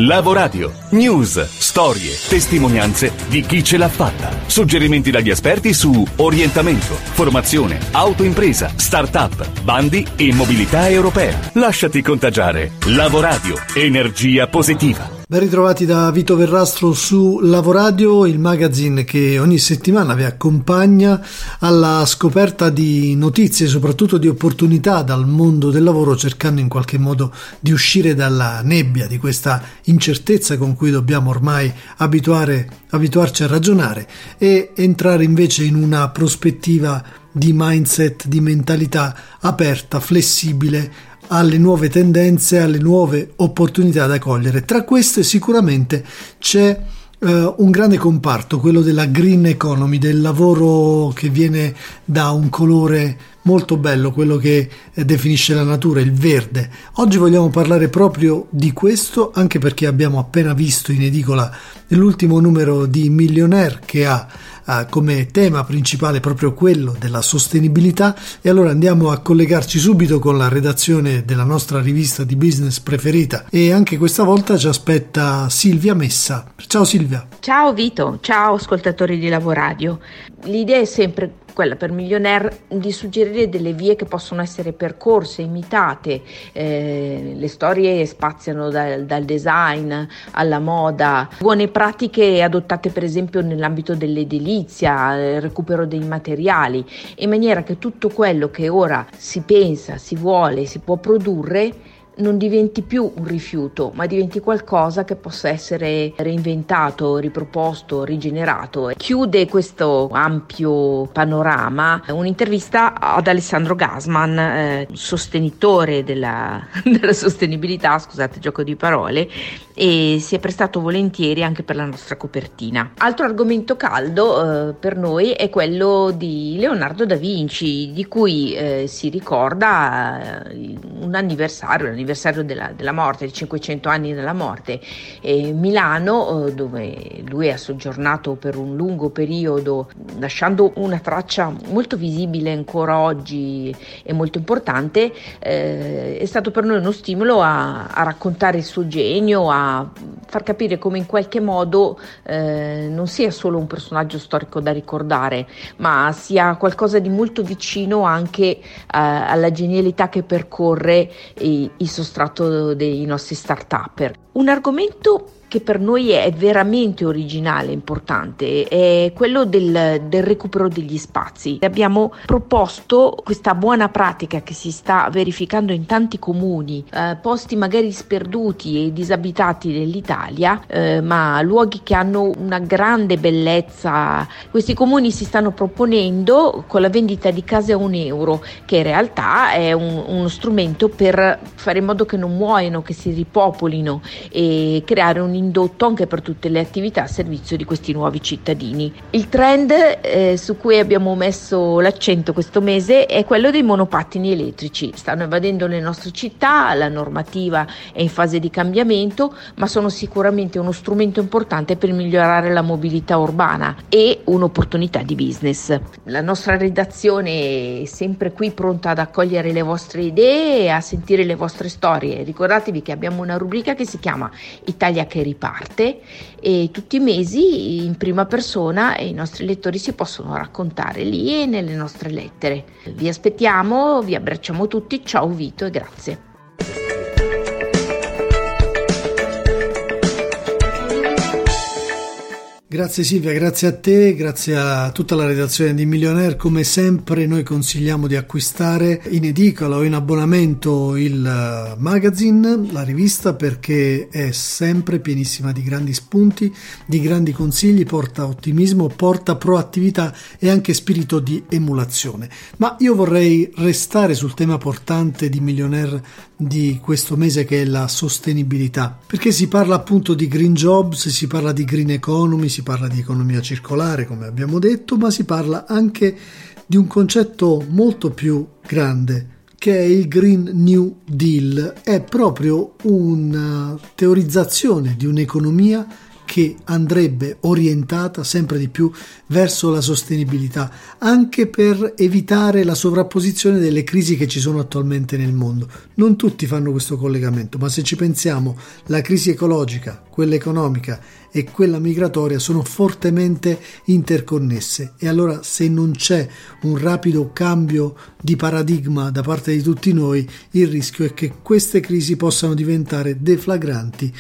Lavoradio. News, storie, testimonianze di chi ce l'ha fatta. Suggerimenti dagli esperti su orientamento, formazione, autoimpresa, start-up, bandi e mobilità europea. Lasciati contagiare. Lavoradio. Energia positiva. Ben ritrovati da Vito Verrastro su Lavoradio, il magazine che ogni settimana vi accompagna alla scoperta di notizie, soprattutto di opportunità dal mondo del lavoro, cercando in qualche modo di uscire dalla nebbia di questa incertezza con cui dobbiamo ormai abituarci a ragionare e entrare invece in una prospettiva di mindset, di mentalità aperta, flessibile, alle nuove tendenze, alle nuove opportunità da cogliere. Tra queste sicuramente c'è un grande comparto, quello della green economy, del lavoro che viene da un colore molto bello, quello che definisce la natura, il verde. Oggi vogliamo parlare proprio di questo, anche perché abbiamo appena visto in edicola l'ultimo numero di Millionaire che ha come tema principale proprio quello della sostenibilità, e allora andiamo a collegarci subito con la redazione della nostra rivista di business preferita, e anche questa volta ci aspetta Silvia Messa. Ciao Silvia. Ciao Vito, ciao ascoltatori di Lavoradio. L'idea è sempre quella per Millionaire di suggerire delle vie che possono essere percorse, imitate. Le storie spaziano dal design alla moda, buone pratiche adottate per esempio nell'ambito dell'edilizia, il recupero dei materiali, in maniera che tutto quello che ora si pensa, si vuole, si può produrre non diventi più un rifiuto, ma diventi qualcosa che possa essere reinventato, riproposto, rigenerato. Chiude questo ampio panorama un'intervista ad Alessandro Gassman, sostenitore della sostenibilità, scusate gioco di parole, e si è prestato volentieri anche per la nostra copertina. Altro argomento caldo per noi è quello di Leonardo da Vinci, di cui si ricorda l'anniversario della morte, i 500 anni della morte. Milano, dove lui ha soggiornato per un lungo periodo, lasciando una traccia molto visibile ancora oggi e molto importante, è stato per noi uno stimolo a raccontare il suo genio, a far capire come in qualche modo non sia solo un personaggio storico da ricordare, ma sia qualcosa di molto vicino anche alla genialità che percorre il sostrato dei nostri start-upper. Un argomento che per noi è veramente originale, importante, è quello del recupero degli spazi. Abbiamo proposto questa buona pratica che si sta verificando in tanti comuni, posti magari sperduti e disabitati dell'Italia, ma luoghi che hanno una grande bellezza. Questi comuni si stanno proponendo con la vendita di case a €1, che in realtà è uno strumento per fare in modo che non muoiano, che si ripopolino e creare un indotto anche per tutte le attività a servizio di questi nuovi cittadini. Il trend su cui abbiamo messo l'accento questo mese è quello dei monopattini elettrici. Stanno invadendo le nostre città, la normativa è in fase di cambiamento, ma sono sicuramente uno strumento importante per migliorare la mobilità urbana e un'opportunità di business. La nostra redazione è sempre qui pronta ad accogliere le vostre idee e a sentire le vostre storie. Ricordatevi che abbiamo una rubrica che si chiama Italia che riparte, e tutti i mesi in prima persona i nostri lettori si possono raccontare lì e nelle nostre lettere. Vi aspettiamo, vi abbracciamo tutti, ciao Vito e grazie. Grazie Silvia, grazie a te, grazie a tutta la redazione di Millionaire. Come sempre noi consigliamo di acquistare in edicola o in abbonamento il magazine, la rivista, perché è sempre pienissima di grandi spunti, di grandi consigli, porta ottimismo, porta proattività e anche spirito di emulazione. Ma io vorrei restare sul tema portante di Millionaire di questo mese, che è la sostenibilità, perché si parla appunto di green jobs, si parla di green economy, si parla di economia circolare come abbiamo detto, ma si parla anche di un concetto molto più grande che è il Green New Deal. È proprio una teorizzazione di un'economia che andrebbe orientata sempre di più verso la sostenibilità, anche per evitare la sovrapposizione delle crisi che ci sono attualmente nel mondo. Non tutti fanno questo collegamento, ma se ci pensiamo, la crisi ecologica, quella economica e quella migratoria sono fortemente interconnesse, e allora se non c'è un rapido cambio di paradigma da parte di tutti noi, il rischio è che queste crisi possano diventare deflagranti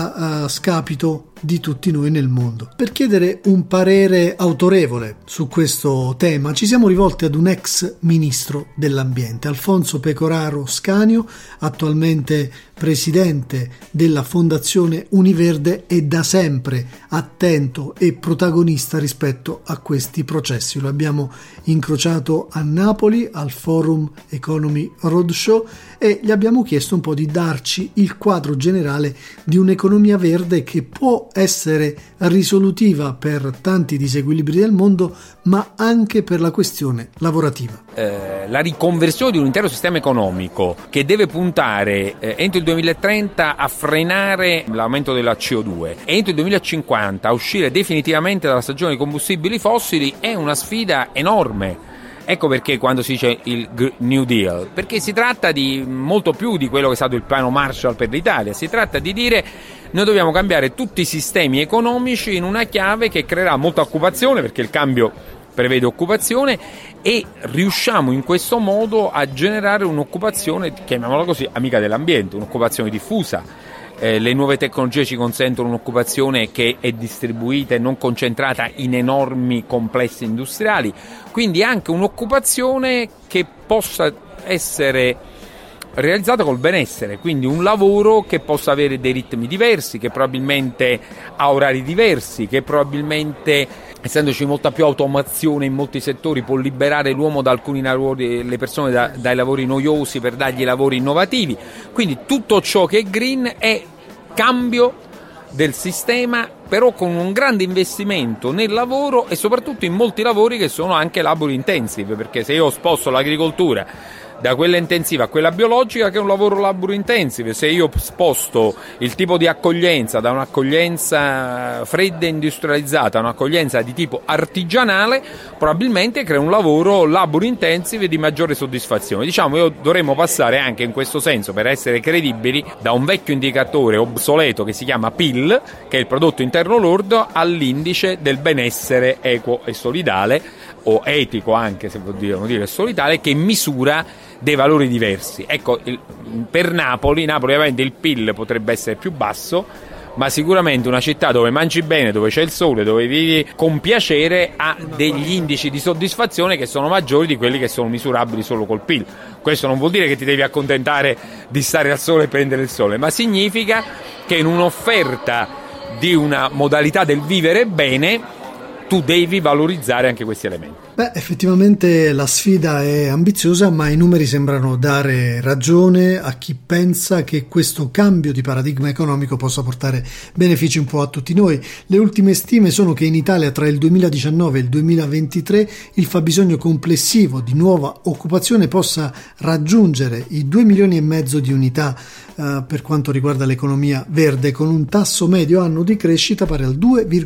a scapito di tutti noi nel mondo. Per chiedere un parere autorevole su questo tema ci siamo rivolti ad un ex ministro dell'ambiente, Alfonso Pecoraro Scanio, attualmente presidente della Fondazione Univerde e da sempre attento e protagonista rispetto a questi processi. Lo abbiamo incrociato a Napoli al Forum Economy Roadshow e gli abbiamo chiesto un po' di darci il quadro generale di un'economia verde che può essere risolutiva per tanti disequilibri del mondo, ma anche per la questione lavorativa. La riconversione di un intero sistema economico che deve puntare entro il 2030 a frenare l'aumento della CO2 e entro il 2050 a uscire definitivamente dalla stagione dei combustibili fossili è una sfida enorme. Ecco perché quando si dice il New Deal, perché si tratta di molto più di quello che è stato il piano Marshall per l'Italia, si tratta di dire noi dobbiamo cambiare tutti i sistemi economici in una chiave che creerà molta occupazione, perché il cambio prevede occupazione, e riusciamo in questo modo a generare un'occupazione, chiamiamola così, amica dell'ambiente, un'occupazione diffusa. Le nuove tecnologie ci consentono un'occupazione che è distribuita e non concentrata in enormi complessi industriali, quindi anche un'occupazione che possa essere realizzata col benessere, quindi un lavoro che possa avere dei ritmi diversi, che probabilmente ha orari diversi, che probabilmente, essendoci molta più automazione in molti settori, può liberare l'uomo da alcuni lavori, le persone dai lavori noiosi per dargli lavori innovativi. Quindi tutto ciò che è green è cambio del sistema, però con un grande investimento nel lavoro e soprattutto in molti lavori che sono anche labor intensive, perché se io sposto l'agricoltura da quella intensiva a quella biologica, che è un lavoro labor intensive, se io sposto il tipo di accoglienza da un'accoglienza fredda e industrializzata a un'accoglienza di tipo artigianale, probabilmente crea un lavoro labor intensive di maggiore soddisfazione. Io dovremmo passare anche in questo senso, per essere credibili, da un vecchio indicatore obsoleto che si chiama PIL, che è il prodotto interno lordo, all'indice del benessere equo e solidale, o etico anche, se vogliamo dire solidale, che misura dei valori diversi. Ecco, per Napoli ovviamente il PIL potrebbe essere più basso, ma sicuramente una città dove mangi bene, dove c'è il sole, dove vivi con piacere, ha degli indici di soddisfazione che sono maggiori di quelli che sono misurabili solo col PIL. Questo non vuol dire che ti devi accontentare di stare al sole e prendere il sole, ma significa che in un'offerta di una modalità del vivere bene tu devi valorizzare anche questi elementi. Effettivamente la sfida è ambiziosa, ma i numeri sembrano dare ragione a chi pensa che questo cambio di paradigma economico possa portare benefici un po' a tutti noi. Le ultime stime sono che in Italia tra il 2019 e il 2023 il fabbisogno complessivo di nuova occupazione possa raggiungere i 2 milioni e mezzo di unità per quanto riguarda l'economia verde, con un tasso medio anno di crescita pari al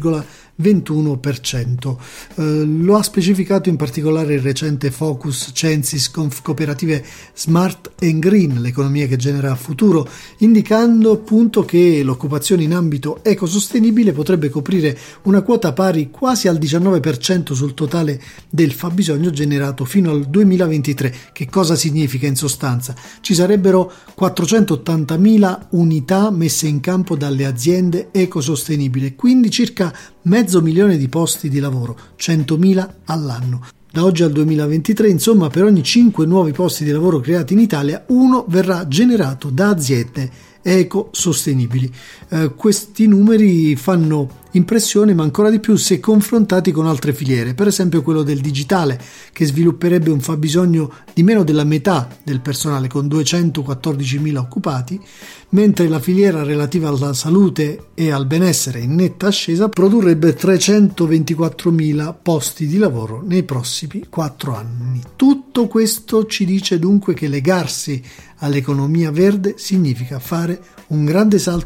2,21%. Lo ha specificato in particolare il recente Focus Censis Cooperative Smart and Green, l'economia che genera futuro, indicando appunto che l'occupazione in ambito ecosostenibile potrebbe coprire una quota pari quasi al 19% sul totale del fabbisogno generato fino al 2023. Che cosa significa in sostanza? Ci sarebbero 480.000 unità messe in campo dalle aziende ecosostenibili, quindi circa 500.000 di posti di lavoro, 100.000 all'anno. Da oggi al 2023, insomma, per ogni 5 nuovi posti di lavoro creati in Italia, uno verrà generato da aziende ecosostenibili. Questi numeri fanno impressione, ma ancora di più se confrontati con altre filiere, per esempio quello del digitale, che svilupperebbe un fabbisogno di meno della metà del personale, con 214.000 occupati, mentre la filiera relativa alla salute e al benessere, in netta ascesa, produrrebbe 324.000 posti di lavoro nei prossimi 4 anni. Tutto questo ci dice dunque che legarsi all'economia verde significa fare un grande salto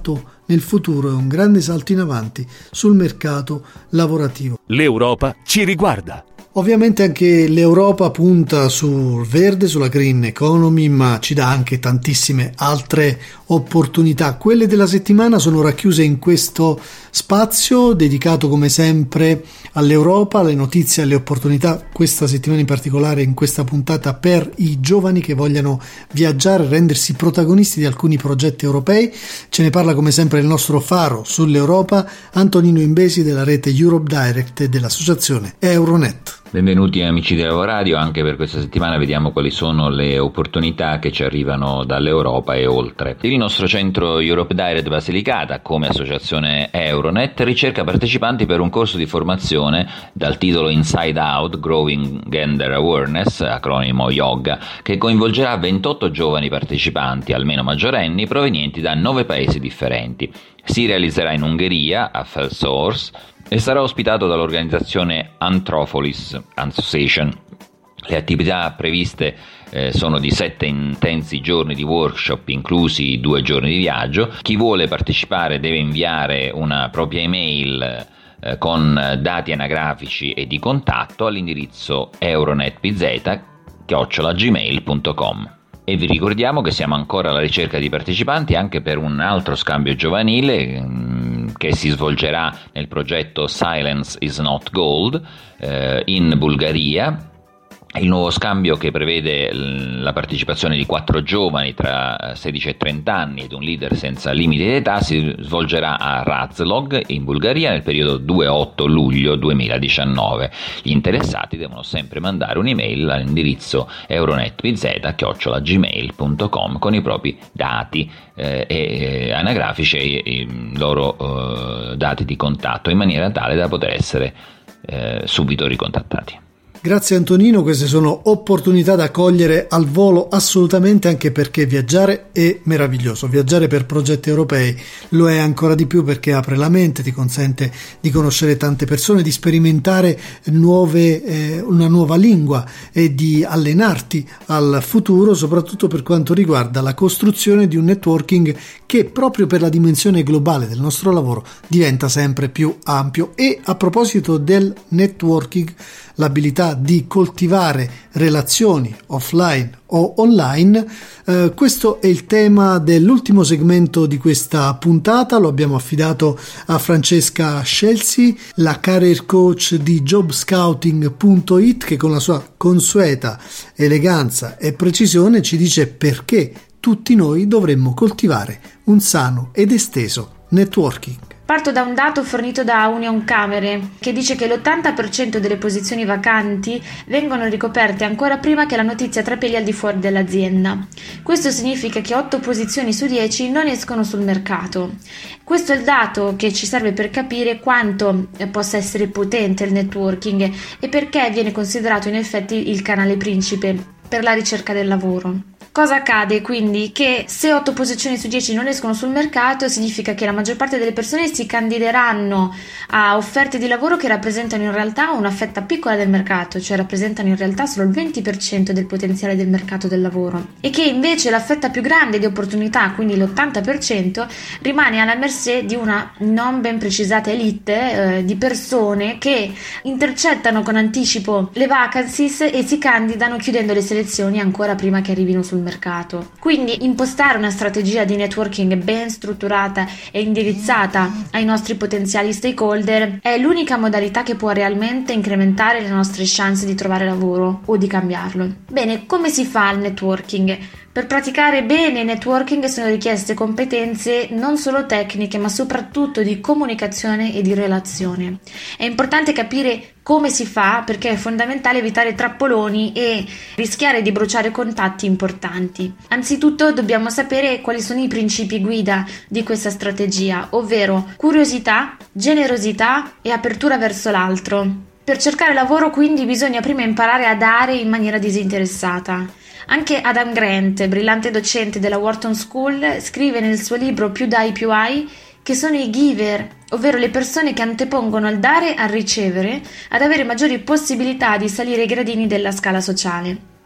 nel futuro è un grande salto in avanti sul mercato lavorativo. L'Europa ci riguarda. Ovviamente anche l'Europa punta sul verde, sulla green economy, ma ci dà anche tantissime altre opportunità. Quelle della settimana sono racchiuse in questo spazio dedicato come sempre all'Europa, alle notizie e alle opportunità, questa settimana in particolare in questa puntata per i giovani che vogliano viaggiare e rendersi protagonisti di alcuni progetti europei. Ce ne parla come sempre il nostro faro sull'Europa, Antonino Imbesi della rete Europe Direct e dell'associazione Euronet. Benvenuti amici di Lavoradio, anche per questa settimana vediamo quali sono le opportunità che ci arrivano dall'Europa e oltre. Il nostro centro Europe Direct Basilicata, come associazione Euronet, ricerca partecipanti per un corso di formazione dal titolo Inside Out Growing Gender Awareness, acronimo YOGA, che coinvolgerà 28 giovani partecipanti, almeno maggiorenni, provenienti da 9 paesi differenti. Si realizzerà in Ungheria, a Felsors, e sarà ospitato dall'organizzazione Anthropolis Association. Le attività previste sono di 7 intensi giorni di workshop, inclusi 2 giorni di viaggio. Chi vuole partecipare deve inviare una propria email con dati anagrafici e di contatto all'indirizzo euronetpz@gmail.com. E vi ricordiamo che siamo ancora alla ricerca di partecipanti anche per un altro scambio giovanile che si svolgerà nel progetto Silence is not Gold in Bulgaria. Il nuovo scambio, che prevede la partecipazione di 4 giovani tra 16 e 30 anni ed un leader senza limiti di età, si svolgerà a Razlog in Bulgaria nel periodo 2-8 luglio 2019. Gli interessati devono sempre mandare un'email all'indirizzo euronetpz@gmail.com con i propri dati anagrafici e i loro dati di contatto, in maniera tale da poter essere subito ricontattati. Grazie Antonino, queste sono opportunità da cogliere al volo assolutamente, anche perché viaggiare è meraviglioso. Viaggiare per progetti europei lo è ancora di più perché apre la mente, ti consente di conoscere tante persone, di sperimentare una nuova lingua e di allenarti al futuro, soprattutto per quanto riguarda la costruzione di un networking che proprio per la dimensione globale del nostro lavoro diventa sempre più ampio. E a proposito del networking, l'abilità di coltivare relazioni offline o online, questo è il tema dell'ultimo segmento di questa puntata. Lo abbiamo affidato a Francesca Scelsi, la career coach di jobscouting.it, che con la sua consueta eleganza e precisione ci dice perché tutti noi dovremmo coltivare un sano ed esteso networking. Parto da un dato fornito da Unioncamere, che dice che l'80% delle posizioni vacanti vengono ricoperte ancora prima che la notizia trapeli al di fuori dell'azienda. Questo significa che 8 posizioni su 10 non escono sul mercato. Questo è il dato che ci serve per capire quanto possa essere potente il networking e perché viene considerato in effetti il canale principe per la ricerca del lavoro. Cosa accade quindi? Che se 8 posizioni su 10 non escono sul mercato, significa che la maggior parte delle persone si candideranno a offerte di lavoro che rappresentano in realtà una fetta piccola del mercato, cioè rappresentano in realtà solo il 20% del potenziale del mercato del lavoro, e che invece la fetta più grande di opportunità, quindi l'80%, rimane alla mercé di una non ben precisata elite di persone che intercettano con anticipo le vacancies e si candidano chiudendo le selezioni ancora prima che arrivino sul mercato. Quindi impostare una strategia di networking ben strutturata e indirizzata ai nostri potenziali stakeholder è l'unica modalità che può realmente incrementare le nostre chance di trovare lavoro o di cambiarlo. Bene, come si fa il networking? Per praticare bene il networking sono richieste competenze non solo tecniche, ma soprattutto di comunicazione e di relazione. È importante capire come si fa, perché è fondamentale evitare trappoloni e rischiare di bruciare contatti importanti. Anzitutto dobbiamo sapere quali sono i principi guida di questa strategia, ovvero curiosità, generosità e apertura verso l'altro. Per cercare lavoro quindi bisogna prima imparare a dare in maniera disinteressata. Anche Adam Grant, brillante docente della Wharton School, scrive nel suo libro Più dai più hai che sono i giver, ovvero le persone che antepongono il dare al ricevere, ad avere maggiori possibilità di salire i gradini della scala sociale.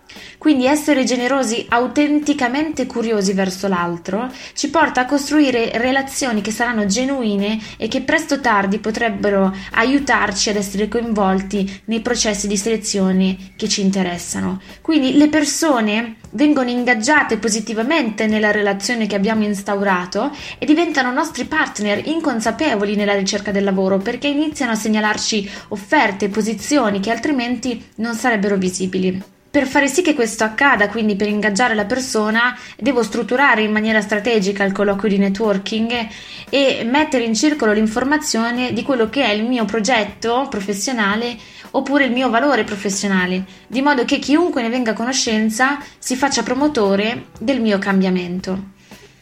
Quindi essere generosi, autenticamente curiosi verso l'altro, ci porta a costruire relazioni che saranno genuine e che presto o tardi potrebbero aiutarci ad essere coinvolti nei processi di selezione che ci interessano. Quindi le persone vengono ingaggiate positivamente nella relazione che abbiamo instaurato e diventano nostri partner inconsapevoli nella ricerca del lavoro, perché iniziano a segnalarci offerte, posizioni che altrimenti non sarebbero visibili. Per fare sì che questo accada, quindi per ingaggiare la persona, devo strutturare in maniera strategica il colloquio di networking e mettere in circolo l'informazione di quello che è il mio progetto professionale oppure il mio valore professionale, di modo che chiunque ne venga a conoscenza si faccia promotore del mio cambiamento.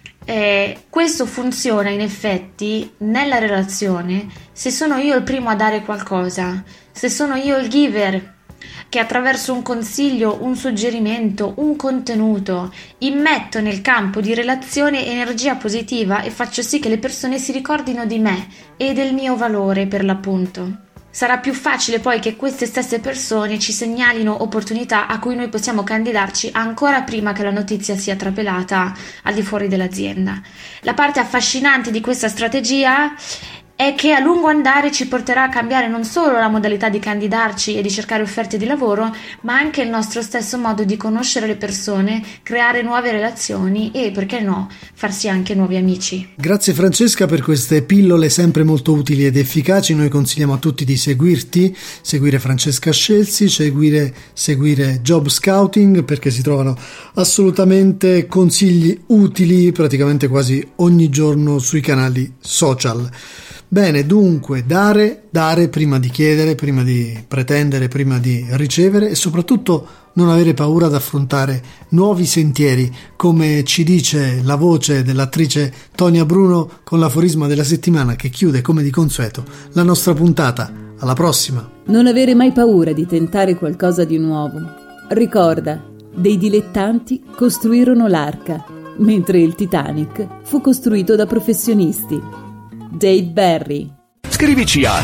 Questo funziona in effetti nella relazione se sono io il primo a dare qualcosa, se sono io il giver, che attraverso un consiglio, un suggerimento, un contenuto immetto nel campo di relazione energia positiva e faccio sì che le persone si ricordino di me e del mio valore, per l'appunto. Sarà più facile poi che queste stesse persone ci segnalino opportunità a cui noi possiamo candidarci ancora prima che la notizia sia trapelata al di fuori dell'azienda. La parte affascinante di questa strategia è che a lungo andare ci porterà a cambiare non solo la modalità di candidarci e di cercare offerte di lavoro, ma anche il nostro stesso modo di conoscere le persone, creare nuove relazioni e, perché no, farsi anche nuovi amici. Grazie Francesca per queste pillole sempre molto utili ed efficaci. Noi consigliamo a tutti di seguirti, seguire Francesca Scelsi, seguire Job Scouting, perché si trovano assolutamente consigli utili praticamente quasi ogni giorno sui canali social. Bene, dunque dare prima di chiedere, prima di pretendere, prima di ricevere e soprattutto non avere paura ad affrontare nuovi sentieri, come ci dice la voce dell'attrice Tonia Bruno con l'aforisma della settimana che chiude come di consueto la nostra puntata. Alla prossima! Non avere mai paura di tentare qualcosa di nuovo. Ricorda, dei dilettanti costruirono l'arca, mentre il Titanic fu costruito da professionisti. Dave Barry. Scrivici a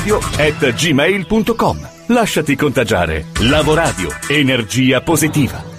lavoradio@gmail.com. Lasciati contagiare. Lavoradio, energia positiva.